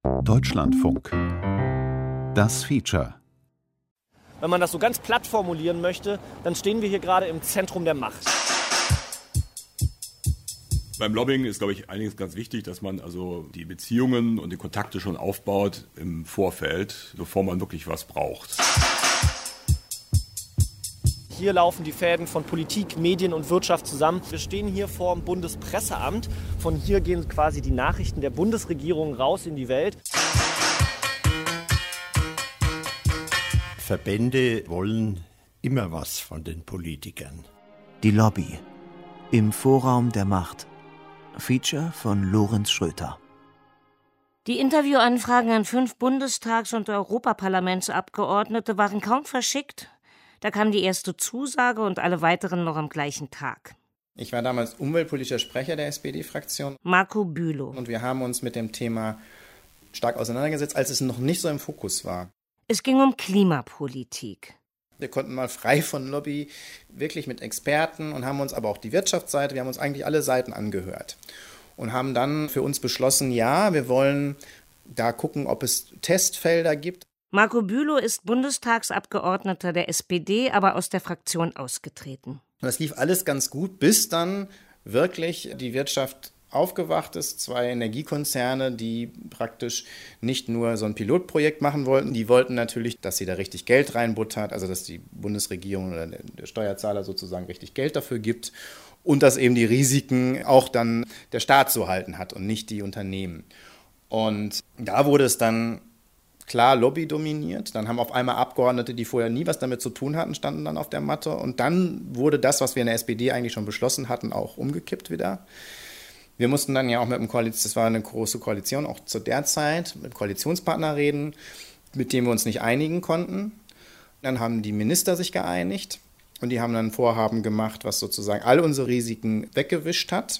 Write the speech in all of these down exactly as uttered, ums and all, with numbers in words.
Deutschlandfunk. Das Feature. Wenn man das so ganz platt formulieren möchte, dann stehen wir hier gerade im Zentrum der Macht. Beim Lobbying ist, glaube ich, einiges ganz wichtig, dass man also die Beziehungen und die Kontakte schon aufbaut im Vorfeld, bevor man wirklich was braucht. Hier laufen die Fäden von Politik, Medien und Wirtschaft zusammen. Wir stehen hier vor dem Bundespresseamt. Von hier gehen quasi die Nachrichten der Bundesregierung raus in die Welt. Verbände wollen immer was von den Politikern. Die Lobby im Vorraum der Macht. Feature von Lorenz Schröter. Die Interviewanfragen an fünf Bundestags- und Europaparlamentsabgeordnete waren kaum verschickt. Da kam die erste Zusage und alle weiteren noch am gleichen Tag. Ich war damals umweltpolitischer Sprecher der S P D-Fraktion. Marco Bülow. Und wir haben uns mit dem Thema stark auseinandergesetzt, als es noch nicht so im Fokus war. Es ging um Klimapolitik. Wir konnten mal frei von Lobby, wirklich mit Experten und haben uns aber auch die Wirtschaftsseite, wir haben uns eigentlich alle Seiten angehört und haben dann für uns beschlossen, ja, wir wollen da gucken, ob es Testfelder gibt. Marco Bülow ist Bundestagsabgeordneter der S P D, aber aus der Fraktion ausgetreten. Das lief alles ganz gut, bis dann wirklich die Wirtschaft aufgewacht ist. Zwei Energiekonzerne, die praktisch nicht nur so ein Pilotprojekt machen wollten, die wollten natürlich, dass sie da richtig Geld reinbuttert, also dass die Bundesregierung oder der Steuerzahler sozusagen richtig Geld dafür gibt und dass eben die Risiken auch dann der Staat zu halten hat und nicht die Unternehmen. Und da wurde es dann klar Lobby dominiert. Dann haben auf einmal Abgeordnete, die vorher nie was damit zu tun hatten, standen dann auf der Matte. Und dann wurde das, was wir in der S P D eigentlich schon beschlossen hatten, auch umgekippt wieder. Wir mussten dann ja auch mit dem Koalition, das war eine große Koalition, auch zu der Zeit, mit dem Koalitionspartner reden, mit dem wir uns nicht einigen konnten. Dann haben die Minister sich geeinigt und die haben dann ein Vorhaben gemacht, was sozusagen all unsere Risiken weggewischt hat.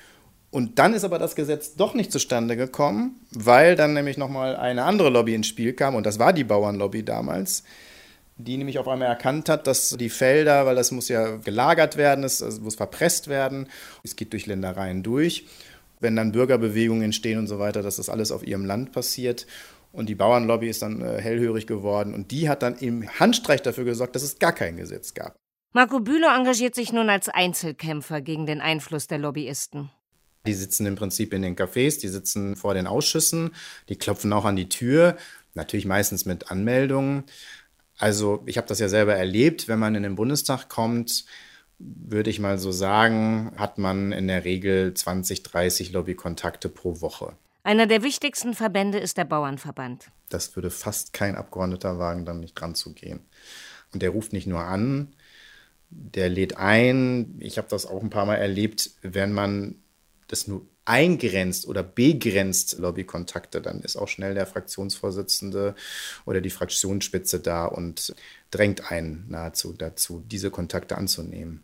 Und dann ist aber das Gesetz doch nicht zustande gekommen, weil dann nämlich nochmal eine andere Lobby ins Spiel kam, und das war die Bauernlobby damals, die nämlich auf einmal erkannt hat, dass die Felder, weil das muss ja gelagert werden, es muss verpresst werden, es geht durch Ländereien durch, wenn dann Bürgerbewegungen entstehen und so weiter, dass das alles auf ihrem Land passiert. Und die Bauernlobby ist dann äh, hellhörig geworden und die hat dann im Handstreich dafür gesorgt, dass es gar kein Gesetz gab. Marco Bülow engagiert sich nun als Einzelkämpfer gegen den Einfluss der Lobbyisten. Die sitzen im Prinzip in den Cafés, die sitzen vor den Ausschüssen, die klopfen auch an die Tür, natürlich meistens mit Anmeldungen. Also ich habe das ja selber erlebt, wenn man in den Bundestag kommt, würde ich mal so sagen, hat man in der Regel zwanzig, dreißig Lobbykontakte pro Woche. Einer der wichtigsten Verbände ist der Bauernverband. Das würde fast kein Abgeordneter wagen, dann nicht dran zu gehen. Und der ruft nicht nur an, der lädt ein. Ich habe das auch ein paar Mal erlebt, wenn man das nur eingrenzt oder begrenzt Lobbykontakte, dann ist auch schnell der Fraktionsvorsitzende oder die Fraktionsspitze da und drängt einen nahezu dazu, diese Kontakte anzunehmen.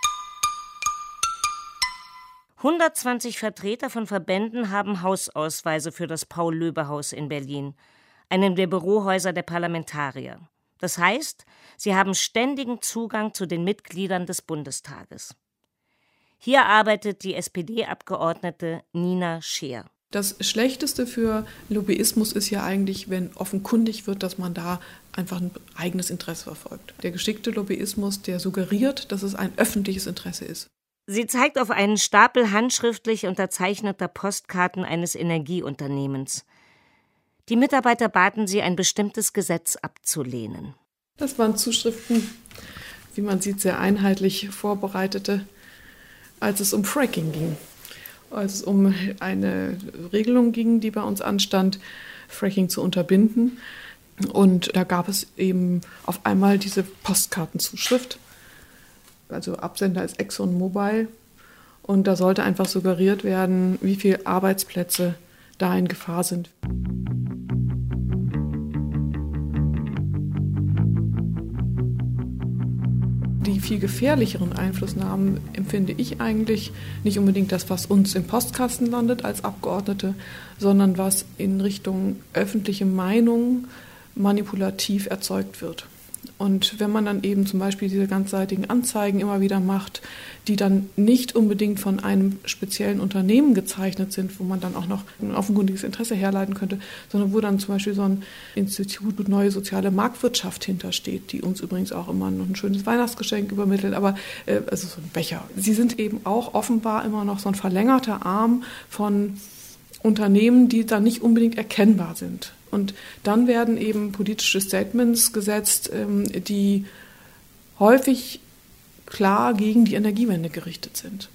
hundertzwanzig Vertreter von Verbänden haben Hausausweise für das Paul-Löbe-Haus in Berlin, einem der Bürohäuser der Parlamentarier. Das heißt, sie haben ständigen Zugang zu den Mitgliedern des Bundestages. Hier arbeitet die S P D-Abgeordnete Nina Scheer. Das Schlechteste für Lobbyismus ist ja eigentlich, wenn offenkundig wird, dass man da einfach ein eigenes Interesse verfolgt. Der geschickte Lobbyismus, der suggeriert, dass es ein öffentliches Interesse ist. Sie zeigt auf einen Stapel handschriftlich unterzeichneter Postkarten eines Energieunternehmens. Die Mitarbeiter baten sie, ein bestimmtes Gesetz abzulehnen. Das waren Zuschriften, wie man sieht, sehr einheitlich vorbereitete, als es um Fracking ging. Als es um eine Regelung ging, die bei uns anstand, Fracking zu unterbinden. Und da gab es eben auf einmal diese Postkartenzuschrift. Also Absender ist ExxonMobil. Und da sollte einfach suggeriert werden, wie viele Arbeitsplätze da in Gefahr sind. Die viel gefährlicheren Einflussnahmen empfinde ich eigentlich nicht unbedingt das, was uns im Postkasten landet als Abgeordnete, sondern was in Richtung öffentliche Meinung manipulativ erzeugt wird. Und wenn man dann eben zum Beispiel diese ganzseitigen Anzeigen immer wieder macht, die dann nicht unbedingt von einem speziellen Unternehmen gezeichnet sind, wo man dann auch noch ein offenkundiges Interesse herleiten könnte, sondern wo dann zum Beispiel so ein Institut Neue Soziale Marktwirtschaft hintersteht, die uns übrigens auch immer noch ein schönes Weihnachtsgeschenk übermittelt, aber äh, also so ein Becher. Sie sind eben auch offenbar immer noch so ein verlängerter Arm von Unternehmen, die dann nicht unbedingt erkennbar sind. Und dann werden eben politische Statements gesetzt, die häufig klar gegen die Energiewende gerichtet sind.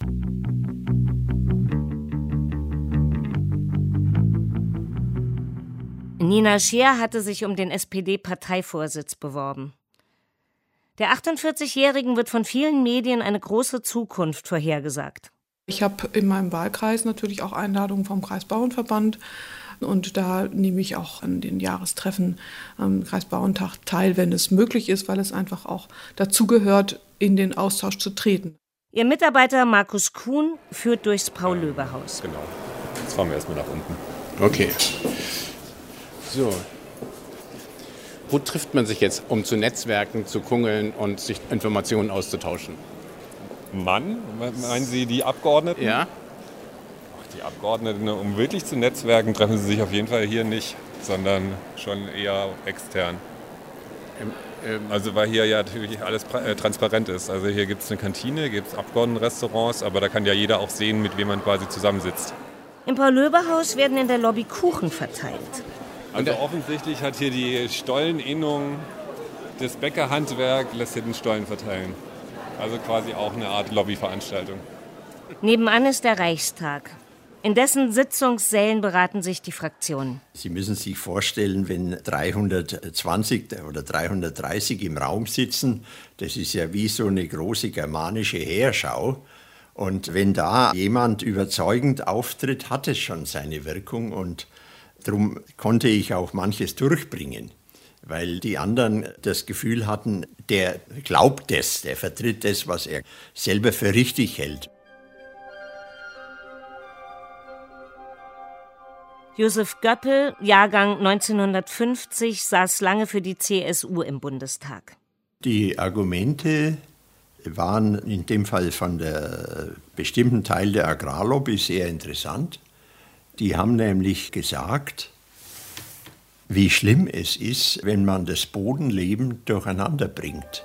Nina Scheer hatte sich um den S P D-Parteivorsitz beworben. Der achtundvierzigjährigen wird von vielen Medien eine große Zukunft vorhergesagt. Ich habe in meinem Wahlkreis natürlich auch Einladungen vom Kreisbauernverband. Und da nehme ich auch an den Jahrestreffen am Kreisbauerntag teil, wenn es möglich ist, weil es einfach auch dazugehört, in den Austausch zu treten. Ihr Mitarbeiter Markus Kuhn führt durchs Paul-Löbe-Haus. Genau. Jetzt fahren wir erstmal nach unten. Okay. So. Wo trifft man sich jetzt, um zu netzwerken, zu kungeln und sich Informationen auszutauschen? Mann? Meinen Sie die Abgeordneten? Ja. Die Abgeordneten, um wirklich zu netzwerken, treffen sie sich auf jeden Fall hier nicht, sondern schon eher extern. Ähm, ähm, also weil hier ja natürlich alles äh, transparent ist. Also hier gibt es eine Kantine, gibt es Abgeordnetenrestaurants, aber da kann ja jeder auch sehen, mit wem man quasi zusammensitzt. Im Paul-Löbe-Haus werden in der Lobby Kuchen verteilt. Also offensichtlich hat hier die Stolleninnung, das Bäckerhandwerk lässt hier den Stollen verteilen. Also quasi auch eine Art Lobbyveranstaltung. Nebenan ist der Reichstag. In dessen Sitzungssälen beraten sich die Fraktionen. Sie müssen sich vorstellen, wenn dreihundertzwanzig oder dreihundertdreißig im Raum sitzen, das ist ja wie so eine große germanische Heerschau. Und wenn da jemand überzeugend auftritt, hat es schon seine Wirkung. Und darum konnte ich auch manches durchbringen, weil die anderen das Gefühl hatten, der glaubt das, der vertritt das, was er selber für richtig hält. Josef Göppel, Jahrgang neunzehnhundertfünfzig, saß lange für die C S U im Bundestag. Die Argumente waren in dem Fall von der bestimmten Teil der Agrarlobby sehr interessant. Die haben nämlich gesagt, wie schlimm es ist, wenn man das Bodenleben durcheinander bringt.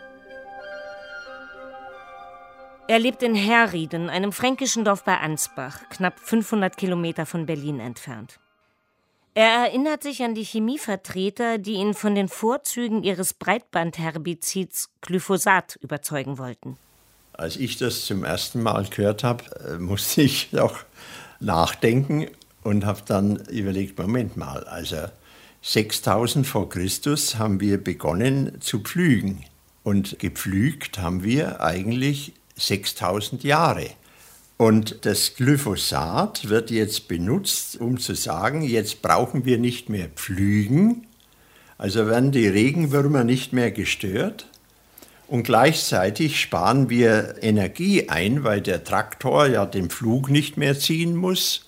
Er lebt in Herrieden, einem fränkischen Dorf bei Ansbach, knapp fünfhundert Kilometer von Berlin entfernt. Er erinnert sich an die Chemievertreter, die ihn von den Vorzügen ihres Breitbandherbizids Glyphosat überzeugen wollten. Als ich das zum ersten Mal gehört habe, musste ich auch nachdenken und habe dann überlegt, Moment mal, also sechstausend vor Christus haben wir begonnen zu pflügen. Und gepflügt haben wir eigentlich sechstausend Jahre. Und das Glyphosat wird jetzt benutzt, um zu sagen, jetzt brauchen wir nicht mehr pflügen, also werden die Regenwürmer nicht mehr gestört. Und gleichzeitig sparen wir Energie ein, weil der Traktor ja den Pflug nicht mehr ziehen muss.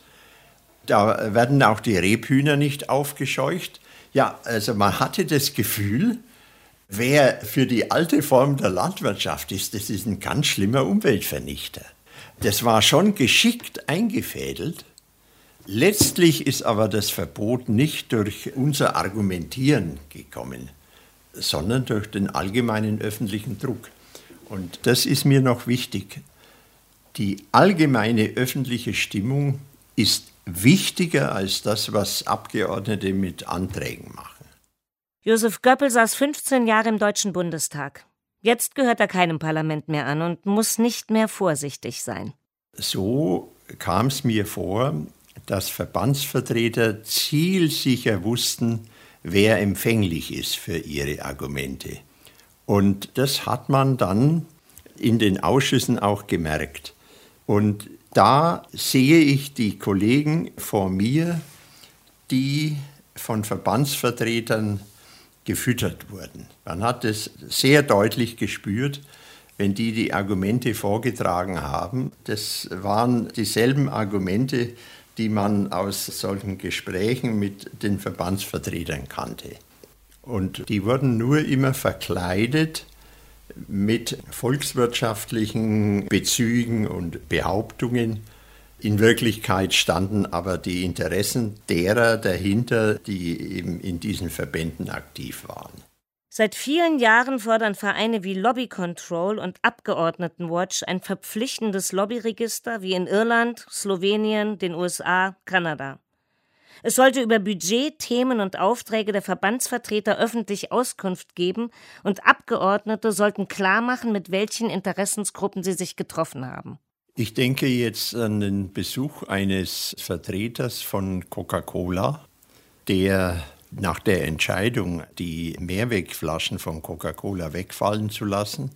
Da werden auch die Rebhühner nicht aufgescheucht. Ja, also man hatte das Gefühl, wer für die alte Form der Landwirtschaft ist, das ist ein ganz schlimmer Umweltvernichter. Das war schon geschickt eingefädelt. Letztlich ist aber das Verbot nicht durch unser Argumentieren gekommen, sondern durch den allgemeinen öffentlichen Druck. Und das ist mir noch wichtig. Die allgemeine öffentliche Stimmung ist wichtiger als das, was Abgeordnete mit Anträgen machen. Josef Göppel saß fünfzehn Jahre im Deutschen Bundestag. Jetzt gehört er keinem Parlament mehr an und muss nicht mehr vorsichtig sein. So kam es mir vor, dass Verbandsvertreter zielsicher wussten, wer empfänglich ist für ihre Argumente. Und das hat man dann in den Ausschüssen auch gemerkt. Und da sehe ich die Kollegen vor mir, die von Verbandsvertretern gefüttert wurden. Man hat es sehr deutlich gespürt, wenn die die Argumente vorgetragen haben. Das waren dieselben Argumente, die man aus solchen Gesprächen mit den Verbandsvertretern kannte. Und die wurden nur immer verkleidet mit volkswirtschaftlichen Bezügen und Behauptungen. In Wirklichkeit standen aber die Interessen derer dahinter, die eben in diesen Verbänden aktiv waren. Seit vielen Jahren fordern Vereine wie Lobby Control und Abgeordnetenwatch ein verpflichtendes Lobbyregister wie in Irland, Slowenien, den U S A, Kanada. Es sollte über Budget, Themen und Aufträge der Verbandsvertreter öffentlich Auskunft geben und Abgeordnete sollten klarmachen, mit welchen Interessensgruppen sie sich getroffen haben. Ich denke jetzt an den Besuch eines Vertreters von Coca-Cola, der nach der Entscheidung, die Mehrwegflaschen von Coca-Cola wegfallen zu lassen,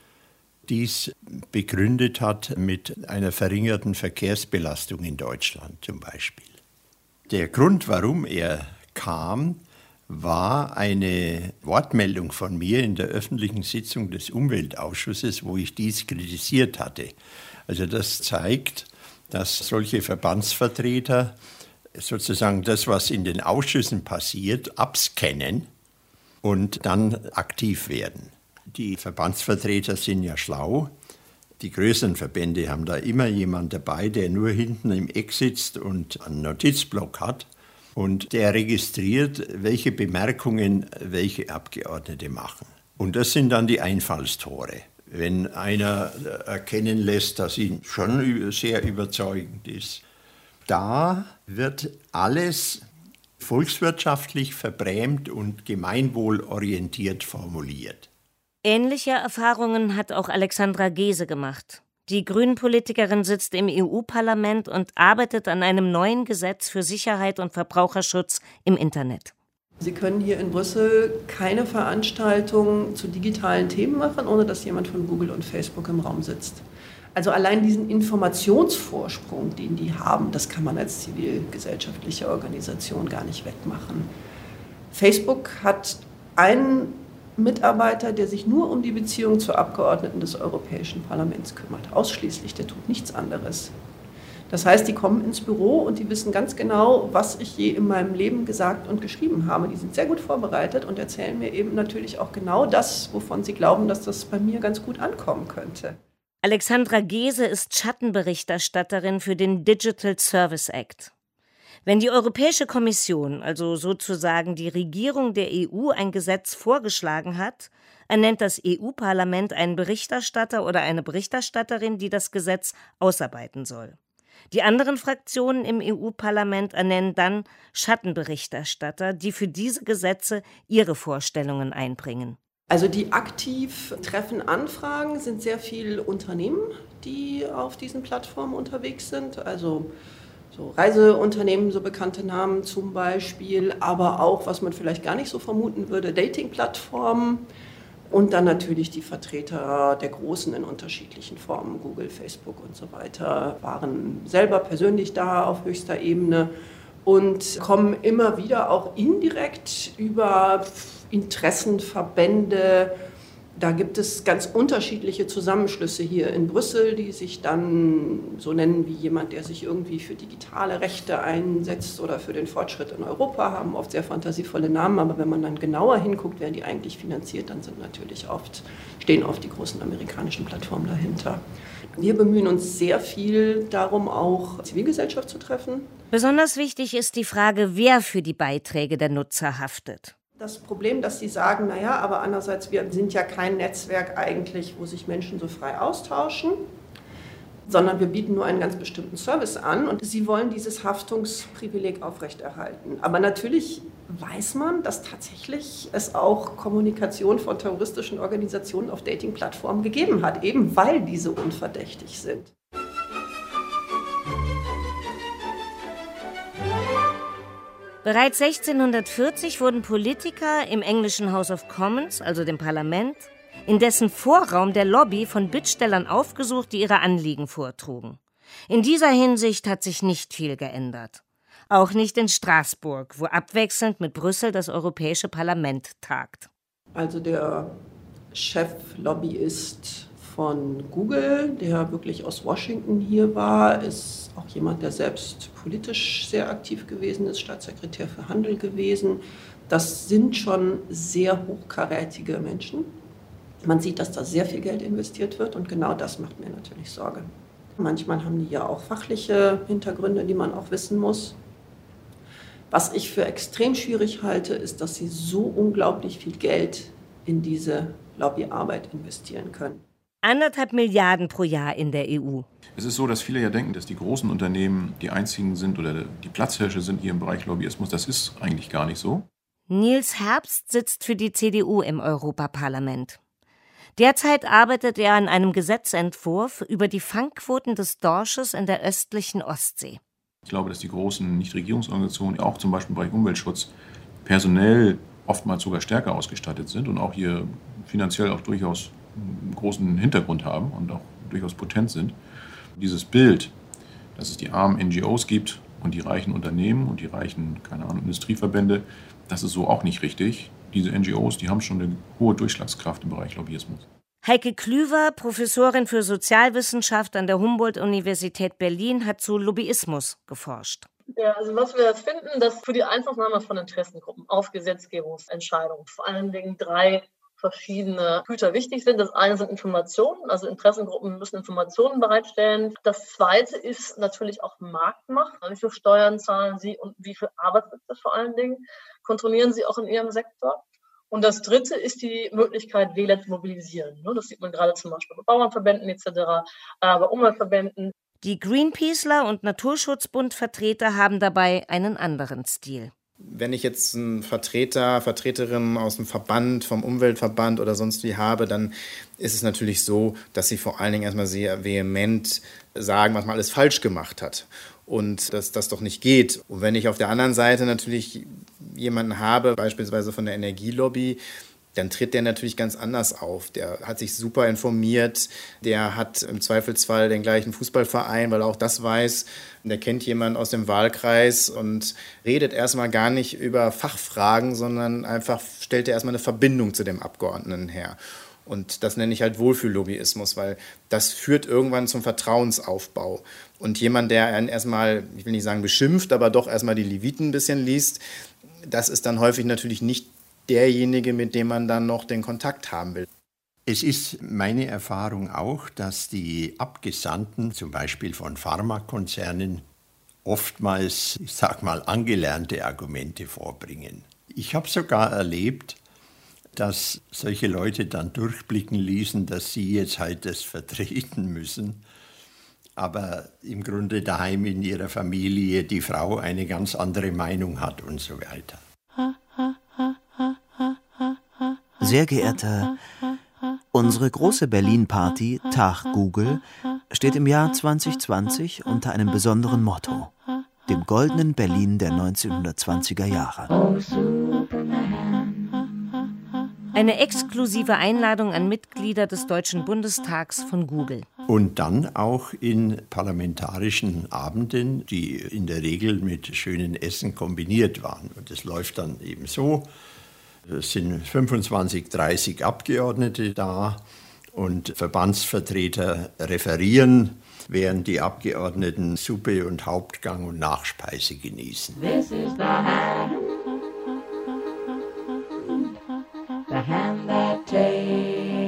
dies begründet hat mit einer verringerten Verkehrsbelastung in Deutschland zum Beispiel. Der Grund, warum er kam, war eine Wortmeldung von mir in der öffentlichen Sitzung des Umweltausschusses, wo ich dies kritisiert hatte. Also das zeigt, dass solche Verbandsvertreter sozusagen das, was in den Ausschüssen passiert, abscannen und dann aktiv werden. Die Verbandsvertreter sind ja schlau. Die größeren Verbände haben da immer jemand dabei, der nur hinten im Eck sitzt und einen Notizblock hat. Und der registriert, welche Bemerkungen welche Abgeordnete machen. Und das sind dann die Einfallstore. Wenn einer erkennen lässt, dass ihn schon sehr überzeugend ist, da wird alles volkswirtschaftlich verbrämt und gemeinwohlorientiert formuliert. Ähnliche Erfahrungen hat auch Alexandra Gese gemacht. Die Grünen-Politikerin sitzt im E U-Parlament und arbeitet an einem neuen Gesetz für Sicherheit und Verbraucherschutz im Internet. Sie können hier in Brüssel keine Veranstaltung zu digitalen Themen machen, ohne dass jemand von Google und Facebook im Raum sitzt. Also allein diesen Informationsvorsprung, den die haben, das kann man als zivilgesellschaftliche Organisation gar nicht wettmachen. Facebook hat einen Mitarbeiter, der sich nur um die Beziehung zu Abgeordneten des Europäischen Parlaments kümmert. Ausschließlich, der tut nichts anderes. Das heißt, die kommen ins Büro und die wissen ganz genau, was ich je in meinem Leben gesagt und geschrieben habe. Die sind sehr gut vorbereitet und erzählen mir eben natürlich auch genau das, wovon sie glauben, dass das bei mir ganz gut ankommen könnte. Alexandra Gese ist Schattenberichterstatterin für den Digital Service Act. Wenn die Europäische Kommission, also sozusagen die Regierung der E U, ein Gesetz vorgeschlagen hat, ernennt das E U-Parlament einen Berichterstatter oder eine Berichterstatterin, die das Gesetz ausarbeiten soll. Die anderen Fraktionen im E U-Parlament ernennen dann Schattenberichterstatter, die für diese Gesetze ihre Vorstellungen einbringen. Also die aktiv treffen Anfragen sind sehr viele Unternehmen, die auf diesen Plattformen unterwegs sind. Also so Reiseunternehmen, so bekannte Namen zum Beispiel, aber auch, was man vielleicht gar nicht so vermuten würde, Dating-Plattformen. Und dann natürlich die Vertreter der Großen in unterschiedlichen Formen, Google, Facebook und so weiter, waren selber persönlich da auf höchster Ebene und kommen immer wieder auch indirekt über Interessenverbände. Da gibt es ganz unterschiedliche Zusammenschlüsse hier in Brüssel, die sich dann so nennen wie jemand, der sich irgendwie für digitale Rechte einsetzt oder für den Fortschritt in Europa, haben oft sehr fantasievolle Namen, aber wenn man dann genauer hinguckt, wer die eigentlich finanziert, dann sind natürlich oft, stehen oft die großen amerikanischen Plattformen dahinter. Wir bemühen uns sehr viel darum, auch Zivilgesellschaft zu treffen. Besonders wichtig ist die Frage, wer für die Beiträge der Nutzer haftet. Das Problem, dass sie sagen, naja, aber andererseits, wir sind ja kein Netzwerk eigentlich, wo sich Menschen so frei austauschen, sondern wir bieten nur einen ganz bestimmten Service an und sie wollen dieses Haftungsprivileg aufrechterhalten. Aber natürlich weiß man, dass tatsächlich es auch Kommunikation von terroristischen Organisationen auf Dating-Plattformen gegeben hat, eben weil diese unverdächtig sind. Bereits sechzehnhundertvierzig wurden Politiker im englischen House of Commons, also dem Parlament, in dessen Vorraum der Lobby von Bittstellern aufgesucht, die ihre Anliegen vortrugen. In dieser Hinsicht hat sich nicht viel geändert. Auch nicht in Straßburg, wo abwechselnd mit Brüssel das Europäische Parlament tagt. Also der Cheflobbyist von Google, der wirklich aus Washington hier war, ist auch jemand, der selbst politisch sehr aktiv gewesen ist, Staatssekretär für Handel gewesen. Das sind schon sehr hochkarätige Menschen. Man sieht, dass da sehr viel Geld investiert wird und genau das macht mir natürlich Sorge. Manchmal haben die ja auch fachliche Hintergründe, die man auch wissen muss. Was ich für extrem schwierig halte, ist, dass sie so unglaublich viel Geld in diese Lobbyarbeit investieren können. Anderthalb Milliarden pro Jahr in der E U. Es ist so, dass viele ja denken, dass die großen Unternehmen die einzigen sind oder die Platzhirsche sind hier im Bereich Lobbyismus. Das ist eigentlich gar nicht so. Nils Herbst sitzt für die C D U im Europaparlament. Derzeit arbeitet er an einem Gesetzentwurf über die Fangquoten des Dorsches in der östlichen Ostsee. Ich glaube, dass die großen Nichtregierungsorganisationen, auch zum Beispiel im Bereich Umweltschutz, personell oftmals sogar stärker ausgestattet sind und auch hier finanziell auch durchaus einen großen Hintergrund haben und auch durchaus potent sind. Dieses Bild, dass es die armen N G Os gibt und die reichen Unternehmen und die reichen, keine Ahnung, Industrieverbände, das ist so auch nicht richtig. Diese N G Os, die haben schon eine hohe Durchschlagskraft im Bereich Lobbyismus. Heike Klüver, Professorin für Sozialwissenschaft an der Humboldt-Universität Berlin, hat zu Lobbyismus geforscht. Ja, also was wir jetzt finden, dass für die Einflussnahme von Interessengruppen auf Gesetzgebungsentscheidungen vor allen Dingen drei verschiedene Güter wichtig sind. Das eine sind Informationen, also Interessengruppen müssen Informationen bereitstellen. Das zweite ist natürlich auch Marktmacht. Wie viel Steuern zahlen sie und wie viel Arbeitsplätze vor allen Dingen kontrollieren sie auch in ihrem Sektor. Und das dritte ist die Möglichkeit, Wähler zu mobilisieren. Das sieht man gerade zum Beispiel bei Bauernverbänden et cetera, bei Umweltverbänden. Die Greenpeaceler und Naturschutzbundvertreter haben dabei einen anderen Stil. Wenn ich jetzt einen Vertreter, Vertreterin aus dem Verband, vom Umweltverband oder sonst wie habe, dann ist es natürlich so, dass sie vor allen Dingen erstmal sehr vehement sagen, was man alles falsch gemacht hat und dass das doch nicht geht. Und wenn ich auf der anderen Seite natürlich jemanden habe, beispielsweise von der Energielobby, dann tritt der natürlich ganz anders auf. Der hat sich super informiert, der hat im Zweifelsfall den gleichen Fußballverein, weil er auch das weiß. Der kennt jemanden aus dem Wahlkreis und redet erstmal gar nicht über Fachfragen, sondern einfach stellt er erstmal eine Verbindung zu dem Abgeordneten her. Und das nenne ich halt Wohlfühllobbyismus, weil das führt irgendwann zum Vertrauensaufbau. Und jemand, der einen erstmal, ich will nicht sagen beschimpft, aber doch erstmal die Leviten ein bisschen liest, das ist dann häufig natürlich nicht derjenige, mit dem man dann noch den Kontakt haben will. Es ist meine Erfahrung auch, dass die Abgesandten, zum Beispiel von Pharmakonzernen, oftmals, ich sag mal, angelernte Argumente vorbringen. Ich habe sogar erlebt, dass solche Leute dann durchblicken ließen, dass sie jetzt halt das vertreten müssen, aber im Grunde daheim in ihrer Familie die Frau eine ganz andere Meinung hat und so weiter. Sehr geehrter, unsere große Berlin-Party Tag Google steht im Jahr zwanzig zwanzig unter einem besonderen Motto, dem goldenen Berlin der neunzehnhundertzwanziger Jahre. Eine exklusive Einladung an Mitglieder des Deutschen Bundestags von Google. Und dann auch in parlamentarischen Abenden, die in der Regel mit schönen Essen kombiniert waren. Und das läuft dann eben so. Es sind fünfundzwanzig, dreißig Abgeordnete da und Verbandsvertreter referieren, während die Abgeordneten Suppe und Hauptgang und Nachspeise genießen. This is the hand, the hand that takes.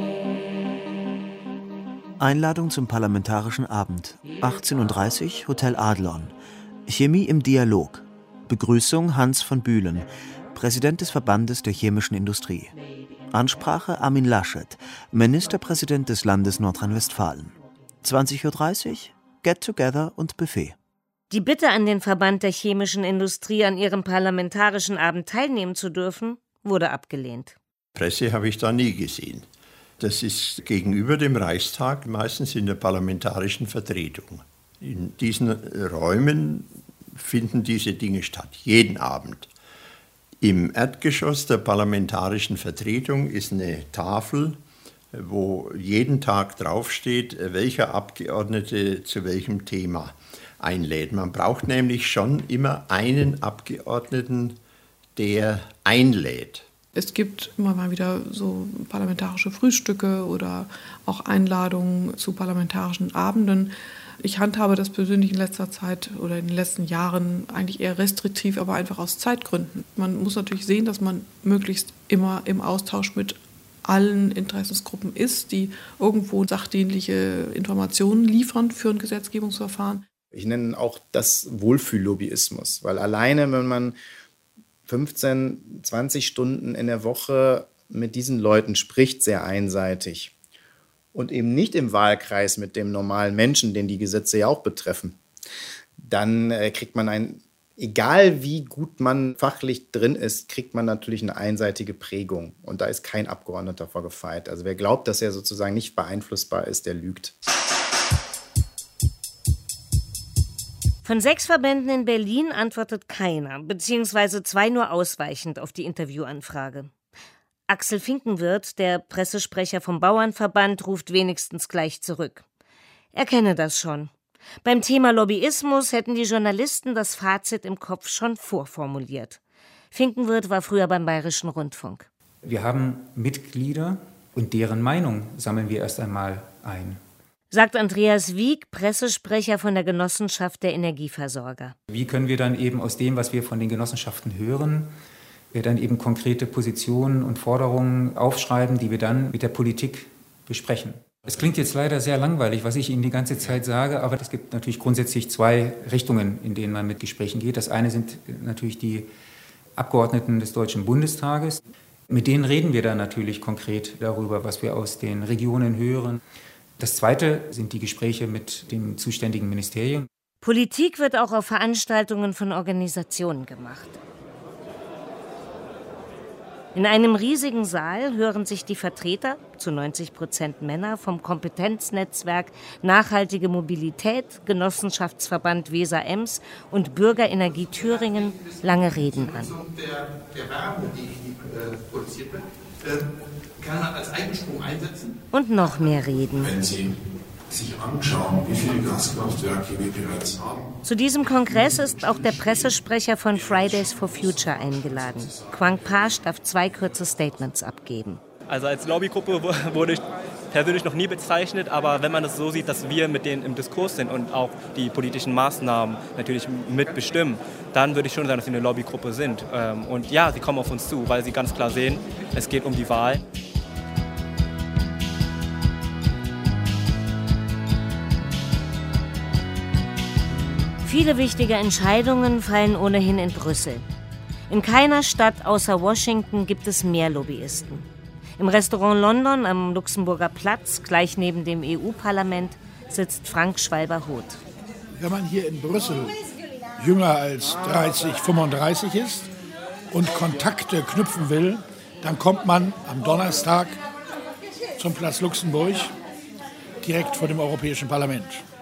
Einladung zum Parlamentarischen Abend, achtzehn Uhr dreißig, Hotel Adlon. Chemie im Dialog. Begrüßung Hans von Bühlen, Präsident des Verbandes der chemischen Industrie. Ansprache Armin Laschet, Ministerpräsident des Landes Nordrhein-Westfalen. zwanzig Uhr dreißig, Get Together und Buffet. Die Bitte an den Verband der chemischen Industrie, an ihrem parlamentarischen Abend teilnehmen zu dürfen, wurde abgelehnt. Presse habe ich da nie gesehen. Das ist gegenüber dem Reichstag meistens in der parlamentarischen Vertretung. In diesen Räumen finden diese Dinge statt, jeden Abend. Im Erdgeschoss der parlamentarischen Vertretung ist eine Tafel, wo jeden Tag draufsteht, welcher Abgeordnete zu welchem Thema einlädt. Man braucht nämlich schon immer einen Abgeordneten, der einlädt. Es gibt immer mal wieder so parlamentarische Frühstücke oder auch Einladungen zu parlamentarischen Abenden. Ich handhabe das persönlich in letzter Zeit oder in den letzten Jahren eigentlich eher restriktiv, aber einfach aus Zeitgründen. Man muss natürlich sehen, dass man möglichst immer im Austausch mit allen Interessensgruppen ist, die irgendwo sachdienliche Informationen liefern für ein Gesetzgebungsverfahren. Ich nenne auch das Wohlfühllobbyismus, weil alleine, wenn man fünfzehn, zwanzig Stunden in der Woche mit diesen Leuten spricht, sehr einseitig und eben nicht im Wahlkreis mit dem normalen Menschen, den die Gesetze ja auch betreffen, dann äh, kriegt man ein, egal wie gut man fachlich drin ist, kriegt man natürlich eine einseitige Prägung. Und da ist kein Abgeordneter vor gefeit. Also wer glaubt, dass er sozusagen nicht beeinflussbar ist, der lügt. Von sechs Verbänden in Berlin antwortet keiner, beziehungsweise zwei nur ausweichend auf die Interviewanfrage. Axel Finkenwirth, der Pressesprecher vom Bauernverband, ruft wenigstens gleich zurück. Er kenne das schon. Beim Thema Lobbyismus hätten die Journalisten das Fazit im Kopf schon vorformuliert. Finkenwirth war früher beim Bayerischen Rundfunk. Wir haben Mitglieder und deren Meinung sammeln wir erst einmal ein. Sagt Andreas Wieck, Pressesprecher von der Genossenschaft der Energieversorger. Wie können wir dann eben aus dem, was wir von den Genossenschaften hören, dann eben konkrete Positionen und Forderungen aufschreiben, die wir dann mit der Politik besprechen? Es klingt jetzt leider sehr langweilig, was ich Ihnen die ganze Zeit sage, aber es gibt natürlich grundsätzlich zwei Richtungen, in denen man mit Gesprächen geht. Das eine sind natürlich die Abgeordneten des Deutschen Bundestages. Mit denen reden wir dann natürlich konkret darüber, was wir aus den Regionen hören. Das zweite sind die Gespräche mit dem zuständigen Ministerium. Politik wird auch auf Veranstaltungen von Organisationen gemacht. In einem riesigen Saal hören sich die Vertreter, zu neunzig Prozent Männer, vom Kompetenznetzwerk Nachhaltige Mobilität, Genossenschaftsverband Weser-Ems und Bürgerenergie Thüringen lange Reden an. Der, der Wärme, die, die äh, produziert wird, äh, kann man als Eigenstrom einsetzen. Und noch mehr Reden. Wenn Sie sich anschauen, wie viele Gaskraftwerke wir bereits haben. Zu diesem Kongress ist auch der Pressesprecher von Fridays for Future eingeladen. Quang Pasch darf zwei kurze Statements abgeben. Also als Lobbygruppe wurde ich persönlich noch nie bezeichnet, aber wenn man es so sieht, dass wir mit denen im Diskurs sind und auch die politischen Maßnahmen natürlich mitbestimmen, dann würde ich schon sagen, dass sie eine Lobbygruppe sind. Und ja, sie kommen auf uns zu, weil sie ganz klar sehen, es geht um die Wahl. Viele wichtige Entscheidungen fallen ohnehin in Brüssel. In keiner Stadt außer Washington gibt es mehr Lobbyisten. Im Restaurant London am Luxemburger Platz, gleich neben dem E U-Parlament, sitzt Frank Schwalber-Hoth. Wenn man hier in Brüssel jünger als dreißig, fünfunddreißig ist und Kontakte knüpfen will, dann kommt man am Donnerstag zum Platz Luxemburg, direkt vor dem Europäischen Parlament.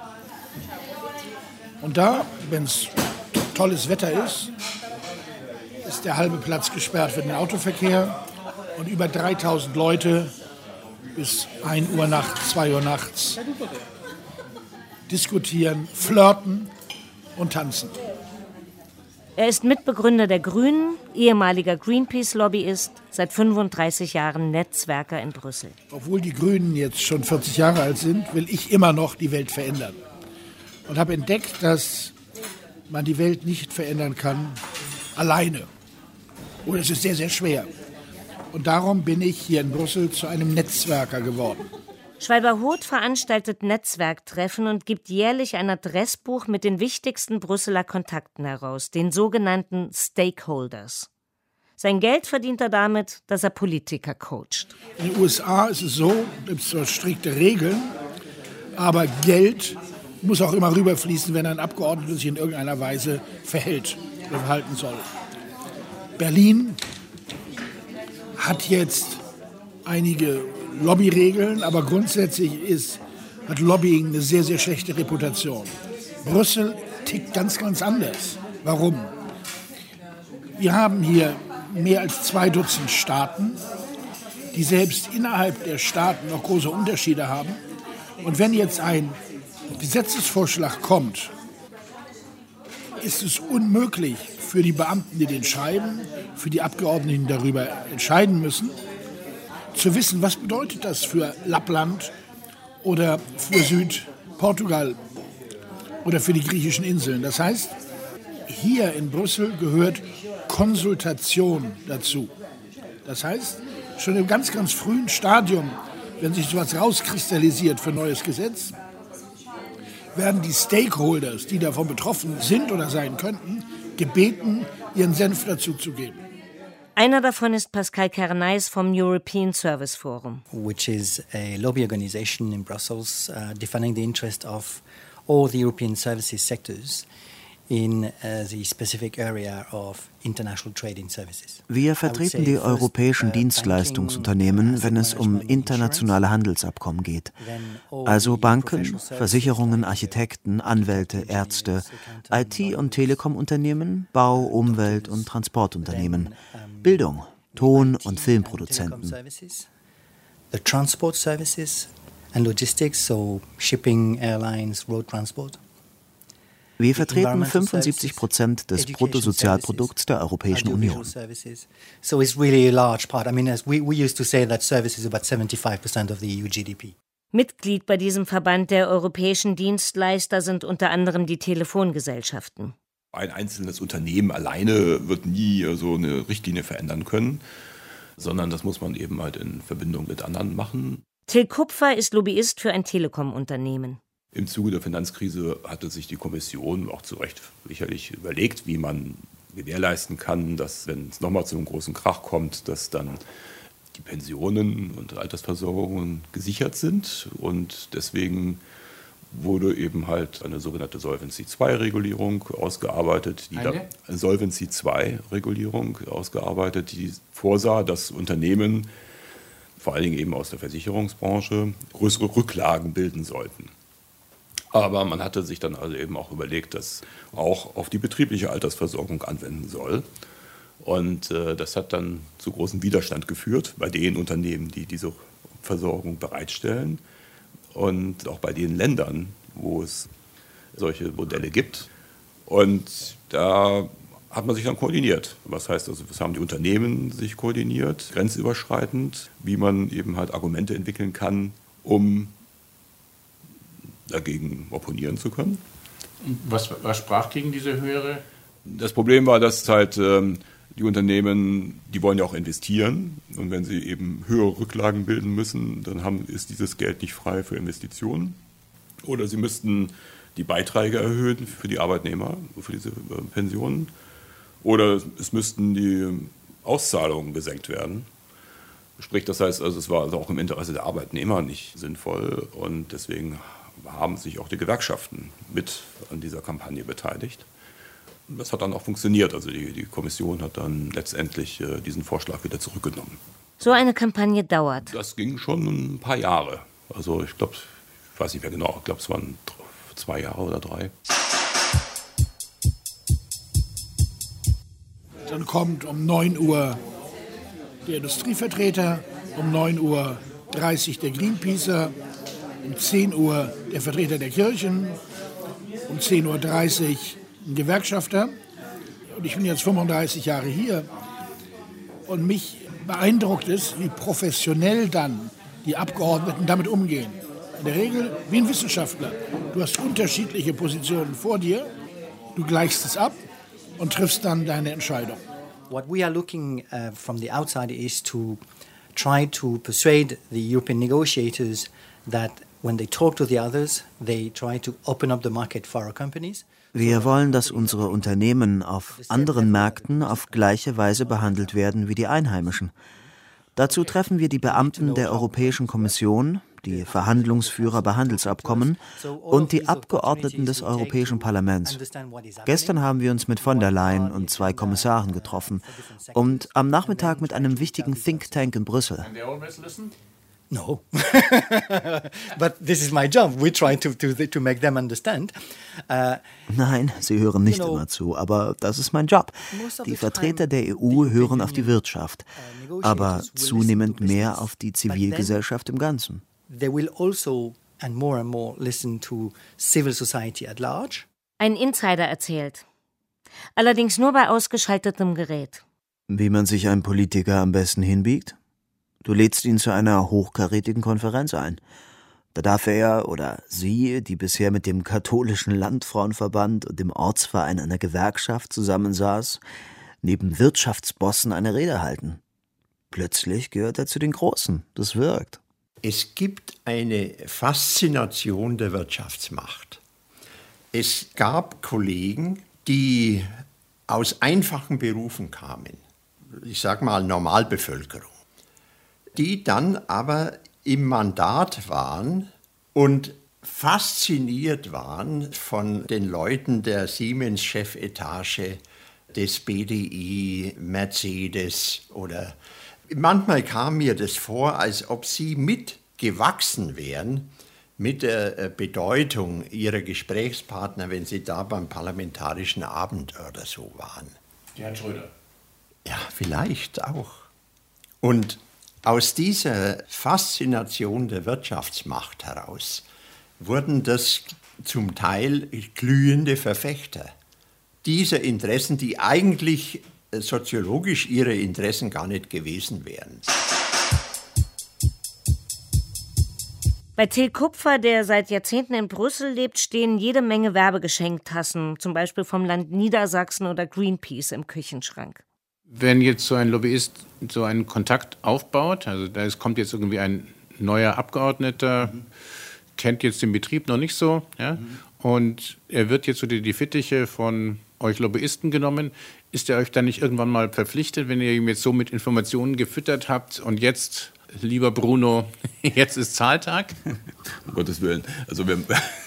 Und da, wenn es tolles Wetter ist, ist der halbe Platz gesperrt für den Autoverkehr und über dreitausend Leute bis ein Uhr nachts, zwei Uhr nachts diskutieren, flirten und tanzen. Er ist Mitbegründer der Grünen, ehemaliger Greenpeace-Lobbyist, seit fünfunddreißig Jahren Netzwerker in Brüssel. Obwohl die Grünen jetzt schon vierzig Jahre alt sind, will ich immer noch die Welt verändern. Und habe entdeckt, dass man die Welt nicht verändern kann alleine. Oder es ist sehr, sehr schwer. Und darum bin ich hier in Brüssel zu einem Netzwerker geworden. Schwalber-Hoth veranstaltet Netzwerktreffen und gibt jährlich ein Adressbuch mit den wichtigsten Brüsseler Kontakten heraus, den sogenannten Stakeholders. Sein Geld verdient er damit, dass er Politiker coacht. In den U S A ist es so, es gibt zwar strikte Regeln, aber Geld muss auch immer rüberfließen, wenn ein Abgeordneter sich in irgendeiner Weise verhält oder verhalten soll. Berlin hat jetzt einige Lobbyregeln, aber grundsätzlich ist, hat Lobbying eine sehr, sehr schlechte Reputation. Brüssel tickt ganz, ganz anders. Warum? Wir haben hier mehr als zwei Dutzend Staaten, die selbst innerhalb der Staaten noch große Unterschiede haben. Und wenn jetzt ein Gesetzesvorschlag kommt, ist es unmöglich für die Beamten, die den schreiben, für die Abgeordneten, die darüber entscheiden müssen, zu wissen, was bedeutet das für Lappland oder für Südportugal oder für die griechischen Inseln. Das heißt, hier in Brüssel gehört Konsultation dazu. Das heißt, schon im ganz, ganz frühen Stadium, wenn sich sowas rauskristallisiert für ein neues Gesetz, werden die Stakeholders, die davon betroffen sind oder sein könnten, gebeten, ihren Senf dazu zu geben. Einer davon ist Pascal Kernais vom European Service Forum. Which is a lobby organization in Brussels uh, defending the interest of all the European services sectors in uh, the specific area of international trading services. Wir vertreten die europäischen Dienstleistungsunternehmen, wenn es um internationale Handelsabkommen geht. Also Banken, Versicherungen, Architekten, Anwälte, Ärzte, I T- und Telekom-Unternehmen, Bau-, Umwelt- und Transportunternehmen, Bildung, Ton- und Filmproduzenten. The transport services and logistics, so shipping, airlines, road transport. Wir vertreten fünfundsiebzig Prozent des Bruttosozialprodukts der Europäischen Union. So it's really a large part. I mean, as we, we used to say that service is about seventy-five percent of the E U G D P. Mitglied bei diesem Verband der europäischen Dienstleister sind unter anderem die Telefongesellschaften. Ein einzelnes Unternehmen alleine wird nie so eine Richtlinie verändern können, sondern das muss man eben halt in Verbindung mit anderen machen. Till Kupfer ist Lobbyist für ein Telekom-Unternehmen. Im Zuge der Finanzkrise hatte sich die Kommission auch zu Recht sicherlich überlegt, wie man gewährleisten kann, dass, wenn es nochmal zu einem großen Krach kommt, dass dann die Pensionen und Altersversorgungen gesichert sind. Und deswegen wurde eben halt eine sogenannte Solvency zwei Regulierung ausgearbeitet, die eine? Da, Solvency zwei Regulierung ausgearbeitet, die vorsah, dass Unternehmen, vor allen Dingen eben aus der Versicherungsbranche, größere Rücklagen bilden sollten. Aber man hatte sich dann also eben auch überlegt, dass auch auf die betriebliche Altersversorgung anwenden soll. Und äh, das hat dann zu großem Widerstand geführt bei den Unternehmen, die diese Versorgung bereitstellen und auch bei den Ländern, wo es solche Modelle gibt. Und da hat man sich dann koordiniert. Was heißt also, was haben die Unternehmen sich koordiniert, grenzüberschreitend, wie man eben halt Argumente entwickeln kann, um dagegen opponieren zu können. Was, was sprach gegen diese höhere? Das Problem war, dass halt ähm, die Unternehmen, die wollen ja auch investieren. Und wenn sie eben höhere Rücklagen bilden müssen, dann haben, ist dieses Geld nicht frei für Investitionen. Oder sie müssten die Beiträge erhöhen für die Arbeitnehmer, für diese äh, Pensionen. Oder es müssten die Auszahlungen gesenkt werden. Sprich, das heißt, also es war also auch im Interesse der Arbeitnehmer nicht sinnvoll. Und deswegen haben sich auch die Gewerkschaften mit an dieser Kampagne beteiligt. Das hat dann auch funktioniert. Also die, die Kommission hat dann letztendlich äh, diesen Vorschlag wieder zurückgenommen. So eine Kampagne dauert. Das ging schon ein paar Jahre. Also ich glaube, ich weiß nicht mehr genau, ich glaube, es waren zwei Jahre oder drei. Dann kommt um neun Uhr der Industrievertreter, um neun Uhr dreißig der Greenpeacer, um zehn Uhr der Vertreter der Kirchen, um zehn Uhr dreißig ein Gewerkschafter. Und ich bin jetzt fünfunddreißig Jahre hier. Und mich beeindruckt es, wie professionell dann die Abgeordneten damit umgehen. In der Regel wie ein Wissenschaftler. Du hast unterschiedliche Positionen vor dir, du gleichst es ab und triffst dann deine Entscheidung. What we are looking uh, from the outside is to try to persuade the European negotiators that when they talk to the others, they try to open up the market for our companies. Wir wollen, dass unsere Unternehmen auf anderen Märkten auf gleiche Weise behandelt werden wie die Einheimischen. Dazu treffen wir die Beamten der Europäischen Kommission, die Verhandlungsführer bei Handelsabkommen und die Abgeordneten des Europäischen Parlaments. Gestern haben wir uns mit von der Leyen und zwei Kommissaren getroffen und am Nachmittag mit einem wichtigen Think Tank in Brüssel. No, but this is my job. We're trying to, to, to make them understand. Uh, Nein, sie hören nicht immer zu, aber das ist mein Job. Die Vertreter der E U hören auf die Wirtschaft, aber zunehmend mehr auf die Zivilgesellschaft im Ganzen. They will also and more and more listen to civil society at large. Ein Insider erzählt: Allerdings nur bei ausgeschaltetem Gerät. Wie man sich einen Politiker am besten hinbiegt? Du lädst ihn zu einer hochkarätigen Konferenz ein. Da darf er oder sie, die bisher mit dem katholischen Landfrauenverband und dem Ortsverein einer Gewerkschaft zusammensaß, neben Wirtschaftsbossen eine Rede halten. Plötzlich gehört er zu den Großen. Das wirkt. Es gibt eine Faszination der Wirtschaftsmacht. Es gab Kollegen, die aus einfachen Berufen kamen, ich sage mal Normalbevölkerung, die dann aber im Mandat waren und fasziniert waren von den Leuten der Siemens-Chefetage, des B D I, Mercedes oder manchmal kam mir das vor, als ob sie mitgewachsen wären mit der Bedeutung ihrer Gesprächspartner, wenn sie da beim Parlamentarischen Abend oder so waren. Gerhard Schröder. Ja, vielleicht auch. Und aus dieser Faszination der Wirtschaftsmacht heraus wurden das zum Teil glühende Verfechter dieser Interessen, die eigentlich soziologisch ihre Interessen gar nicht gewesen wären. Bei Till Kupfer, der seit Jahrzehnten in Brüssel lebt, stehen jede Menge Werbegeschenktassen, zum Beispiel vom Land Niedersachsen oder Greenpeace im Küchenschrank. Wenn jetzt so ein Lobbyist so einen Kontakt aufbaut, also da kommt jetzt irgendwie ein neuer Abgeordneter, mhm. kennt jetzt den Betrieb noch nicht so, ja, mhm. und er wird jetzt unter die Fittiche von euch Lobbyisten genommen, ist er euch dann nicht irgendwann mal verpflichtet, wenn ihr ihm jetzt so mit Informationen gefüttert habt und jetzt, lieber Bruno, jetzt ist Zahltag? Um Gottes Willen. Also, wir,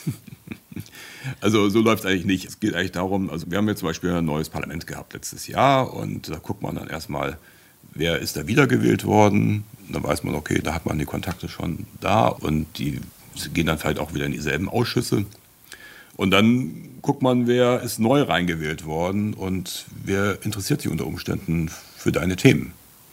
also so läuft es eigentlich nicht. Es geht eigentlich darum, also wir haben jetzt zum Beispiel ein neues Parlament gehabt letztes Jahr und da guckt man dann erstmal, wer ist da wiedergewählt worden. Dann weiß man, okay, da hat man die Kontakte schon da und die gehen dann vielleicht auch wieder in dieselben Ausschüsse. Und dann guckt man, wer ist neu reingewählt worden und wer interessiert sich unter Umständen für deine Themen.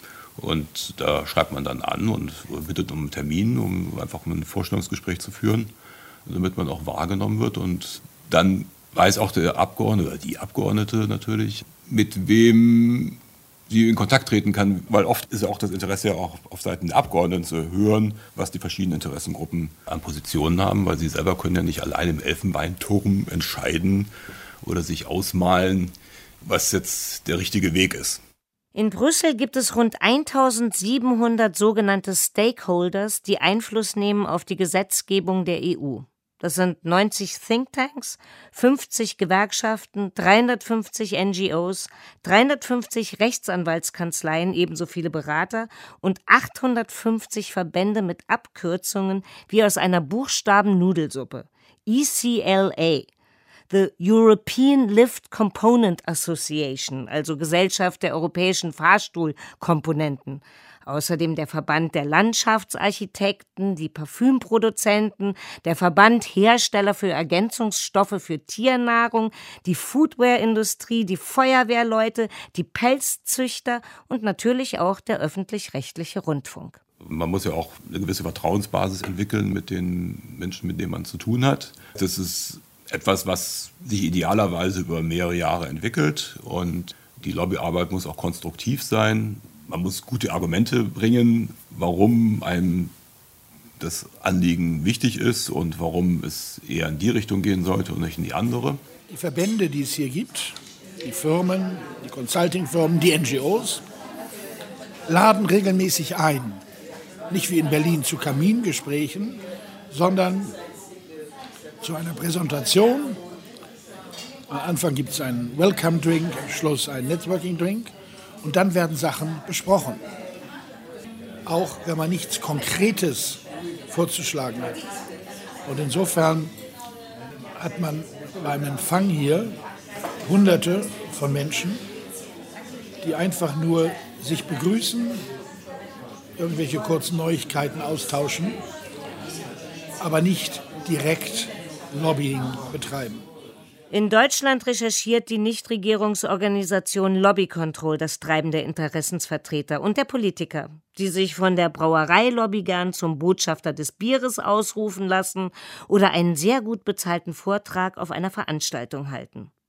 Und da schreibt man dann an und bittet um einen Termin, um einfach ein Vorstellungsgespräch zu führen, damit man auch wahrgenommen wird. Und dann weiß auch der Abgeordnete, oder die Abgeordnete natürlich, mit wem sie in Kontakt treten kann, weil oft ist ja auch das Interesse ja auch auf Seiten der Abgeordneten zu hören, was die verschiedenen Interessengruppen an Positionen haben, weil sie selber können ja nicht allein im Elfenbeinturm entscheiden oder sich ausmalen, was jetzt der richtige Weg ist. In Brüssel gibt es rund eintausendsiebenhundert sogenannte Stakeholders, die Einfluss nehmen auf die Gesetzgebung der E U. Das sind neunzig Thinktanks, fünfzig Gewerkschaften, dreihundertfünfzig N G Os, dreihundertfünfzig Rechtsanwaltskanzleien, ebenso viele Berater und achthundertfünfzig Verbände mit Abkürzungen wie aus einer Buchstaben-Nudelsuppe. E C L A, the European Lift Component Association, also Gesellschaft der europäischen Fahrstuhlkomponenten. Außerdem der Verband der Landschaftsarchitekten, die Parfümproduzenten, der Verband Hersteller für Ergänzungsstoffe für Tiernahrung, die Foodware-Industrie, die Feuerwehrleute, die Pelzzüchter und natürlich auch der öffentlich-rechtliche Rundfunk. Man muss ja auch eine gewisse Vertrauensbasis entwickeln mit den Menschen, mit denen man zu tun hat. Das ist etwas, was sich idealerweise über mehrere Jahre entwickelt und die Lobbyarbeit muss auch konstruktiv sein. Man muss gute Argumente bringen, warum einem das Anliegen wichtig ist und warum es eher in die Richtung gehen sollte und nicht in die andere. Die Verbände, die es hier gibt, die Firmen, die Consulting-Firmen, die N G Os, laden regelmäßig ein. Nicht wie in Berlin zu Kamingesprächen, sondern zu einer Präsentation. Am Anfang gibt es einen Welcome-Drink, am Schluss einen Networking-Drink. Und dann werden Sachen besprochen. Auch wenn man nichts Konkretes vorzuschlagen hat. Und insofern hat man beim Empfang hier Hunderte von Menschen, die einfach nur sich begrüßen, irgendwelche kurzen Neuigkeiten austauschen, aber nicht direkt Lobbying betreiben. In Deutschland recherchiert die Nichtregierungsorganisation Lobby Control das Treiben der Interessensvertreter und der Politiker, die sich von der Brauereilobby gern zum Botschafter des Bieres ausrufen lassen oder einen sehr gut bezahlten Vortrag auf einer Veranstaltung halten.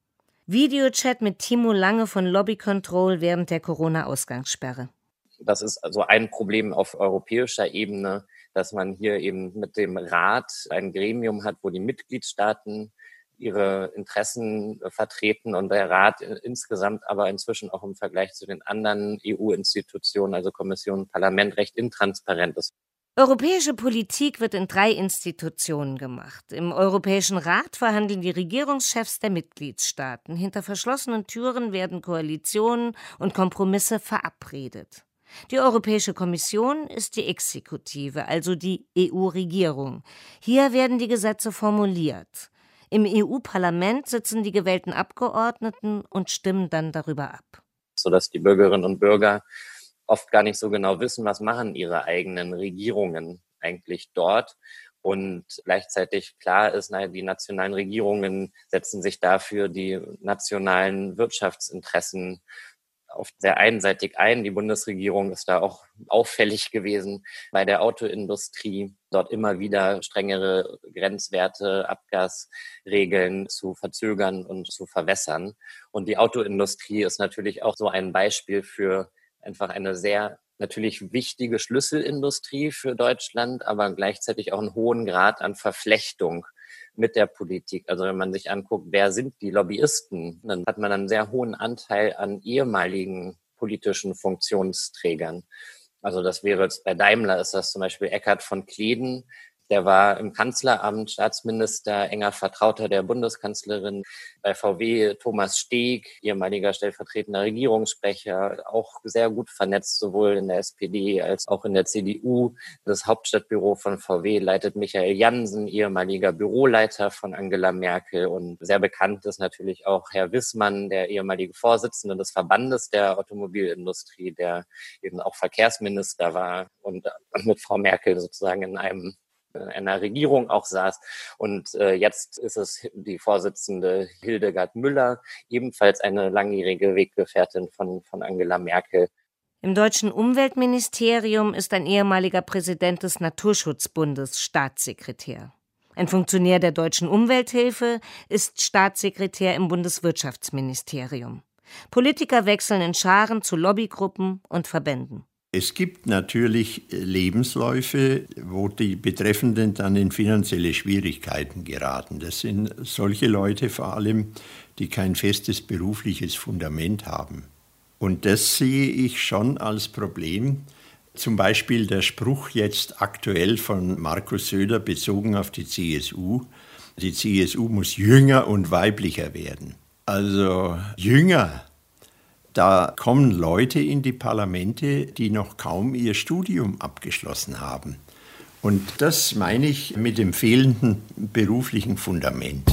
Videochat mit Timo Lange von Lobby Control während der Corona-Ausgangssperre. Das ist also ein Problem auf europäischer Ebene, dass man hier eben mit dem Rat ein Gremium hat, wo die Mitgliedstaaten ihre Interessen vertreten und der Rat insgesamt aber inzwischen auch im Vergleich zu den anderen E U-Institutionen, also Kommission und Parlament, recht intransparent ist. Europäische Politik wird in drei Institutionen gemacht. Im Europäischen Rat verhandeln die Regierungschefs der Mitgliedstaaten. Hinter verschlossenen Türen werden Koalitionen und Kompromisse verabredet. Die Europäische Kommission ist die Exekutive, also die E U-Regierung. Hier werden die Gesetze formuliert. Im E U-Parlament sitzen die gewählten Abgeordneten und stimmen dann darüber ab. Sodass die Bürgerinnen und Bürger oft gar nicht so genau wissen, was machen ihre eigenen Regierungen eigentlich dort. Und gleichzeitig klar ist, naja, die nationalen Regierungen setzen sich dafür die nationalen Wirtschaftsinteressen oft sehr einseitig ein. Die Bundesregierung ist da auch auffällig gewesen bei der Autoindustrie, dort immer wieder strengere Grenzwerte, Abgasregeln zu verzögern und zu verwässern. Und die Autoindustrie ist natürlich auch so ein Beispiel für einfach eine sehr natürlich wichtige Schlüsselindustrie für Deutschland, aber gleichzeitig auch einen hohen Grad an Verflechtung mit der Politik. Also wenn man sich anguckt, wer sind die Lobbyisten, dann hat man einen sehr hohen Anteil an ehemaligen politischen Funktionsträgern. Also das wäre jetzt bei Daimler ist das zum Beispiel Eckhard von Kleden. Der war im Kanzleramt Staatsminister, enger Vertrauter der Bundeskanzlerin. Bei V W Thomas Steg, ehemaliger stellvertretender Regierungssprecher, auch sehr gut vernetzt, sowohl in der S P D als auch in der C D U. Das Hauptstadtbüro von V W leitet Michael Jansen, ehemaliger Büroleiter von Angela Merkel. Und sehr bekannt ist natürlich auch Herr Wissmann, der ehemalige Vorsitzende des Verbandes der Automobilindustrie, der eben auch Verkehrsminister war und mit Frau Merkel sozusagen in einem einer Regierung auch saß. Und äh, jetzt ist es die Vorsitzende Hildegard Müller, ebenfalls eine langjährige Weggefährtin von, von Angela Merkel. Im deutschen Umweltministerium ist ein ehemaliger Präsident des Naturschutzbundes Staatssekretär. Ein Funktionär der Deutschen Umwelthilfe ist Staatssekretär im Bundeswirtschaftsministerium. Politiker wechseln in Scharen zu Lobbygruppen und Verbänden. Es gibt natürlich Lebensläufe, wo die Betreffenden dann in finanzielle Schwierigkeiten geraten. Das sind solche Leute vor allem, die kein festes berufliches Fundament haben. Und das sehe ich schon als Problem. Zum Beispiel der Spruch jetzt aktuell von Markus Söder bezogen auf die C S U. Die C S U muss jünger und weiblicher werden. Also jünger. Da kommen Leute in die Parlamente, die noch kaum ihr Studium abgeschlossen haben. Und das meine ich mit dem fehlenden beruflichen Fundament.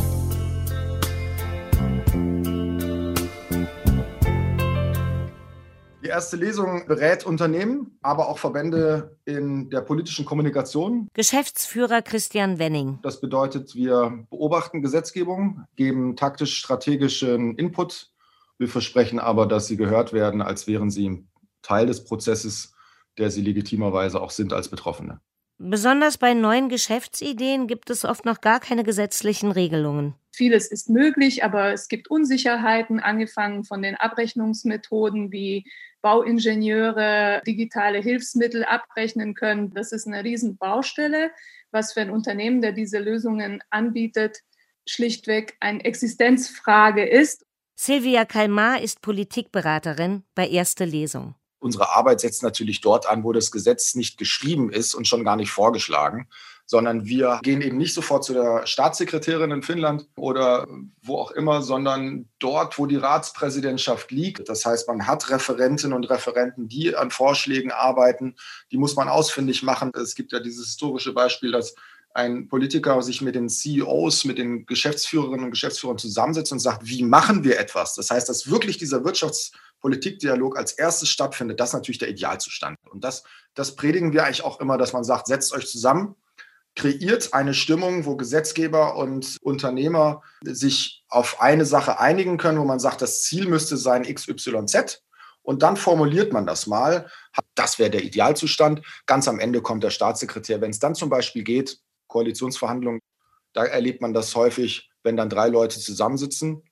Die erste Lesung berät Unternehmen, aber auch Verbände in der politischen Kommunikation. Geschäftsführer Christian Wenning. Das bedeutet, wir beobachten Gesetzgebung, geben taktisch-strategischen Input. Wir versprechen aber, dass sie gehört werden, als wären sie Teil des Prozesses, der sie legitimerweise auch sind als Betroffene. Besonders bei neuen Geschäftsideen gibt es oft noch gar keine gesetzlichen Regelungen. Vieles ist möglich, aber es gibt Unsicherheiten, angefangen von den Abrechnungsmethoden, wie Bauingenieure digitale Hilfsmittel abrechnen können. Das ist eine Riesenbaustelle, was für ein Unternehmen, der diese Lösungen anbietet, schlichtweg eine Existenzfrage ist. Silvia Kalmar ist Politikberaterin bei Erste Lesung. Unsere Arbeit setzt natürlich dort an, wo das Gesetz nicht geschrieben ist und schon gar nicht vorgeschlagen, sondern wir gehen eben nicht sofort zu der Staatssekretärin in Finnland oder wo auch immer, sondern dort, wo die Ratspräsidentschaft liegt. Das heißt, man hat Referentinnen und Referenten, die an Vorschlägen arbeiten, die muss man ausfindig machen. Es gibt ja dieses historische Beispiel, dass ein Politiker sich mit den C E Os, mit den Geschäftsführerinnen und Geschäftsführern zusammensetzt und sagt, wie machen wir etwas? Das heißt, dass wirklich dieser Wirtschaftspolitikdialog als erstes stattfindet, das ist natürlich der Idealzustand. Und das, das predigen wir eigentlich auch immer, dass man sagt, setzt euch zusammen, kreiert eine Stimmung, wo Gesetzgeber und Unternehmer sich auf eine Sache einigen können, wo man sagt, das Ziel müsste sein X Y Z. Und dann formuliert man das mal. Das wäre der Idealzustand. Ganz am Ende kommt der Staatssekretär. Wenn es dann zum Beispiel geht, Koalitionsverhandlungen, da erlebt man das häufig, wenn dann drei Leute zusammensitzen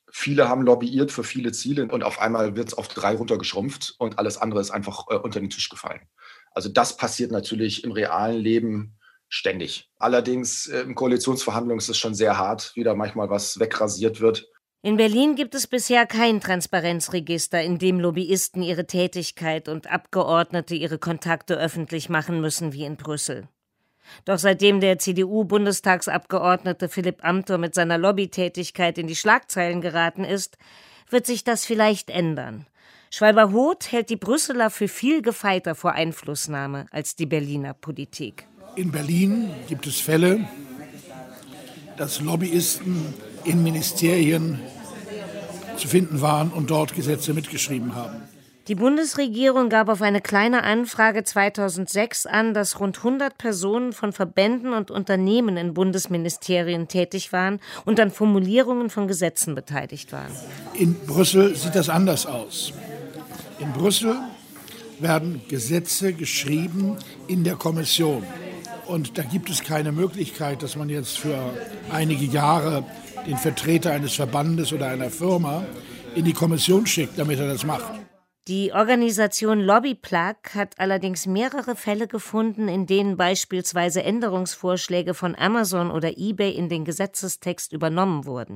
Viele haben lobbyiert für viele Ziele und auf einmal wird es auf drei runtergeschrumpft und alles andere ist einfach äh, unter den Tisch gefallen. Also das passiert natürlich im realen Leben ständig. Allerdings äh, in Koalitionsverhandlungen ist es schon sehr hart, wie da manchmal was wegrasiert wird. In Berlin gibt es bisher kein Transparenzregister, in dem Lobbyisten ihre Tätigkeit und Abgeordnete ihre Kontakte öffentlich machen müssen wie in Brüssel. Doch seitdem der C D U-Bundestagsabgeordnete Philipp Amthor mit seiner Lobbytätigkeit in die Schlagzeilen geraten ist, wird sich das vielleicht ändern. Schwalber-Hoth hält die Brüsseler für viel gefeiter vor Einflussnahme als die Berliner Politik. In Berlin gibt es Fälle, dass Lobbyisten in Ministerien zu finden waren und dort Gesetze mitgeschrieben haben. Die Bundesregierung gab auf eine kleine Anfrage zweitausendsechs an, dass rund hundert Personen von Verbänden und Unternehmen in Bundesministerien tätig waren und an Formulierungen von Gesetzen beteiligt waren. In Brüssel sieht das anders aus. In Brüssel werden Gesetze geschrieben in der Kommission. Und da gibt es keine Möglichkeit, dass man jetzt für einige Jahre den Vertreter eines Verbandes oder einer Firma in die Kommission schickt, damit er das macht. Die Organisation Lobbyplug hat allerdings mehrere Fälle gefunden, in denen beispielsweise Änderungsvorschläge von Amazon oder eBay in den Gesetzestext übernommen wurden.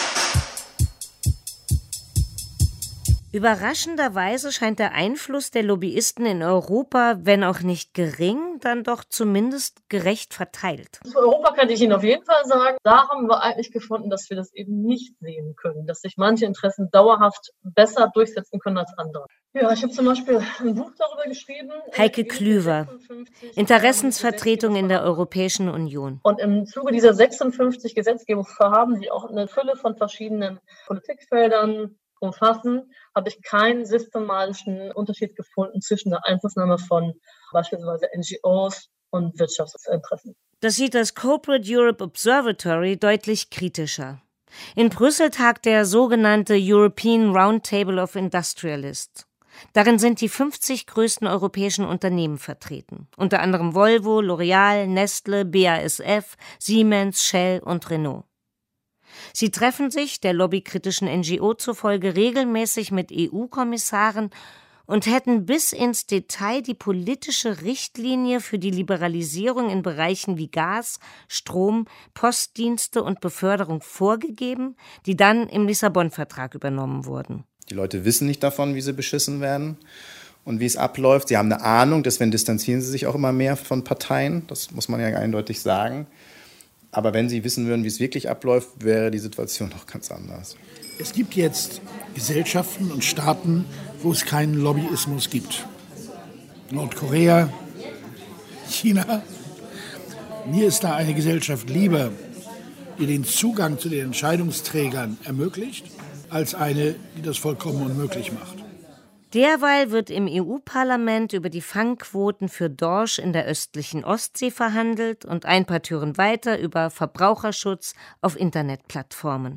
Überraschenderweise scheint der Einfluss der Lobbyisten in Europa, wenn auch nicht gering, dann doch zumindest gerecht verteilt. Für Europa kann ich Ihnen auf jeden Fall sagen, da haben wir eigentlich gefunden, dass wir das eben nicht sehen können, dass sich manche Interessen dauerhaft besser durchsetzen können als andere. Ja, ich habe zum Beispiel ein Buch darüber geschrieben. Heike Klüver, Interessensvertretung in der Europäischen Union. Und im Zuge dieser sechsundfünfzig Gesetzgebungsvorhaben, die auch eine Fülle von verschiedenen Politikfeldern umfassen, habe ich keinen systematischen Unterschied gefunden zwischen der Einflussnahme von beispielsweise N G Os und Wirtschaftsinteressen. Das sieht das Corporate Europe Observatory deutlich kritischer. In Brüssel tagt der sogenannte European Roundtable of Industrialists. Darin sind die fünfzig größten europäischen Unternehmen vertreten, unter anderem Volvo, L'Oreal, Nestle, B A S F, Siemens, Shell und Renault. Sie treffen sich, der lobbykritischen N G O zufolge, regelmäßig mit E U-Kommissaren und hätten bis ins Detail die politische Richtlinie für die Liberalisierung in Bereichen wie Gas, Strom, Postdienste und Beförderung vorgegeben, die dann im Lissabon-Vertrag übernommen wurden. Die Leute wissen nicht davon, wie sie beschissen werden und wie es abläuft. Sie haben eine Ahnung, deswegen distanzieren sie sich auch immer mehr von Parteien. Das muss man ja eindeutig sagen. Aber wenn sie wissen würden, wie es wirklich abläuft, wäre die Situation noch ganz anders. Es gibt jetzt Gesellschaften und Staaten, wo es keinen Lobbyismus gibt. Nordkorea, China. Mir ist da eine Gesellschaft lieber, die den Zugang zu den Entscheidungsträgern ermöglicht, als eine, die das vollkommen unmöglich macht. Derweil wird im E U-Parlament über die Fangquoten für Dorsch in der östlichen Ostsee verhandelt und ein paar Türen weiter über Verbraucherschutz auf Internetplattformen.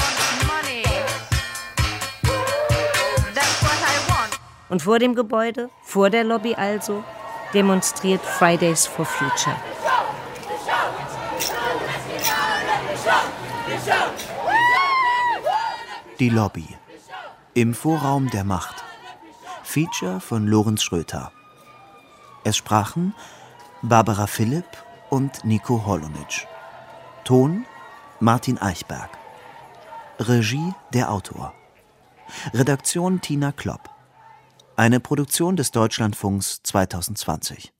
Und vor dem Gebäude, vor der Lobby also, demonstriert Fridays for Future. Die Lobby. Im Vorraum der Macht. Feature von Lorenz Schröter. Es sprachen Barbara Philipp und Nico Holonitsch. Ton Martin Eichberg. Regie der Autor. Redaktion Tina Klopp. Eine Produktion des Deutschlandfunks zweitausendzwanzig.